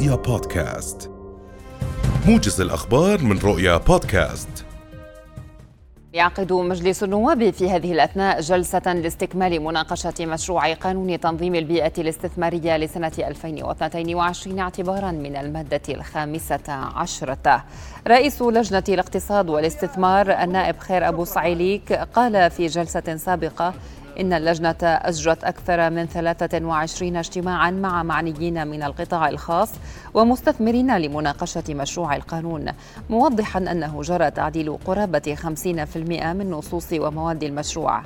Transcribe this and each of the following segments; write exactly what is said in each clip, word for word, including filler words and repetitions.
رؤيا بودكاست، موجز الأخبار من رؤيا بودكاست. يعقد مجلس النواب في هذه الأثناء جلسة لاستكمال مناقشة مشروع قانون تنظيم البيئة الاستثمارية لسنة ألفين واثنين وعشرين اعتبارا من المادة الخامسة عشرة. رئيس لجنة الاقتصاد والاستثمار النائب خير أبو صعيليك قال في جلسة سابقة إن اللجنة أجرت أكثر من ثلاثة وعشرين اجتماعا مع معنيين من القطاع الخاص ومستثمرين لمناقشة مشروع القانون، موضحا أنه جرى تعديل قرابة خمسين بالمئة من نصوص ومواد المشروع.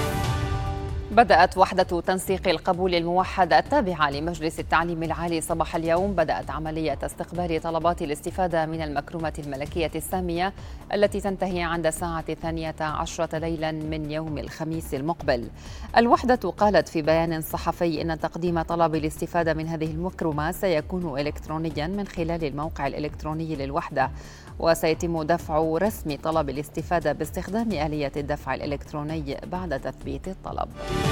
بدأت وحدة تنسيق القبول الموحد التابعة لمجلس التعليم العالي صباح اليوم بدأت عملية استقبال طلبات الاستفادة من المكرمة الملكية السامية التي تنتهي عند الساعة الثانية عشرة ليلا من يوم الخميس المقبل. الوحدة قالت في بيان صحفي إن تقديم طلب الاستفادة من هذه المكرمة سيكون إلكترونيا من خلال الموقع الإلكتروني للوحدة، وسيتم دفع رسم طلب الاستفادة باستخدام آلية الدفع الإلكتروني بعد تثبيت الطلب.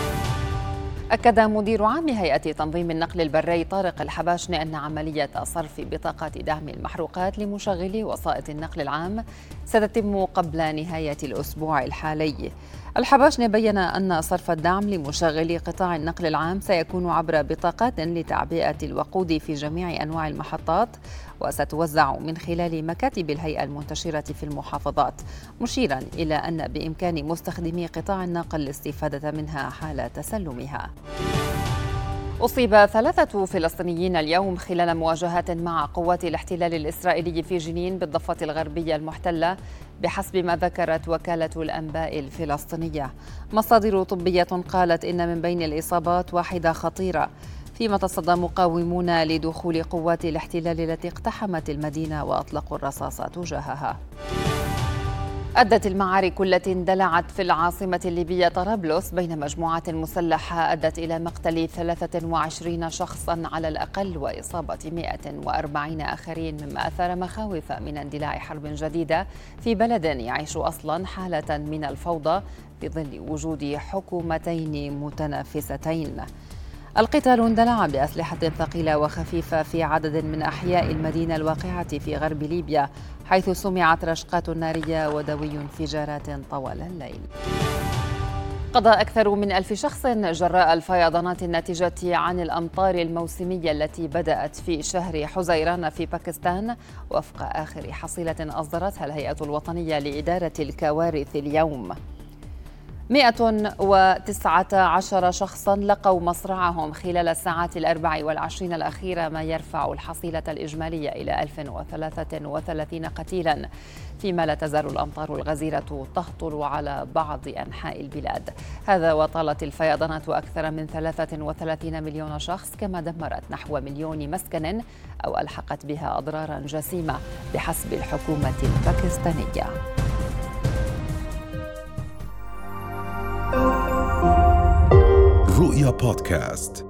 أكد مدير عام هيئة تنظيم النقل البري طارق الحباشني أن عملية صرف بطاقات دعم المحروقات لمشغلي وسائط النقل العام ستتم قبل نهاية الأسبوع الحالي. الحباشني بيّن أن صرف الدعم لمشغلي قطاع النقل العام سيكون عبر بطاقات لتعبئة الوقود في جميع أنواع المحطات، وستوزع من خلال مكاتب الهيئة المنتشرة في المحافظات، مشيرا إلى أن بإمكان مستخدمي قطاع النقل الاستفادة منها حال تسلمها. أصيب ثلاثة فلسطينيين اليوم خلال مواجهات مع قوات الاحتلال الإسرائيلي في جنين بالضفة الغربية المحتلة بحسب ما ذكرت وكالة الأنباء الفلسطينية. مصادر طبية قالت إن من بين الإصابات واحدة خطيرة، فيما تصدى مقاومون لدخول قوات الاحتلال التي اقتحمت المدينة وأطلقوا الرصاص تجاهها. أدت المعارك التي اندلعت في العاصمة الليبية طرابلس بين مجموعات مسلحة أدت إلى مقتل ثلاثة وعشرين شخصا على الأقل وإصابة مئة وأربعين آخرين، مما أثار مخاوف من اندلاع حرب جديدة في بلد يعيش أصلا حالة من الفوضى في ظل وجود حكومتين متنافستين. القتال اندلع بأسلحة ثقيلة وخفيفة في عدد من أحياء المدينة الواقعة في غرب ليبيا، حيث سمعت رشقات نارية ودوي انفجارات طوال الليل. قضى أكثر من ألف شخص جراء الفيضانات الناتجة عن الأمطار الموسمية التي بدأت في شهر حزيران في باكستان، وفق آخر حصيلة أصدرتها الهيئة الوطنية لإدارة الكوارث اليوم. مئة وتسعة عشر شخصاً لقوا مصرعهم خلال الساعات الأربع والعشرين الأخيرة، ما يرفع الحصيلة الإجمالية إلى ألف وثلاثة وثلاثين قتيلاً، فيما لا تزال الأمطار الغزيرة تهطل على بعض أنحاء البلاد. هذا وطالت الفيضانات أكثر من ثلاثة وثلاثين مليون شخص، كما دمرت نحو مليون مسكن أو ألحقت بها أضراراً جسيمة بحسب الحكومة الباكستانية. رؤيا بودكاست.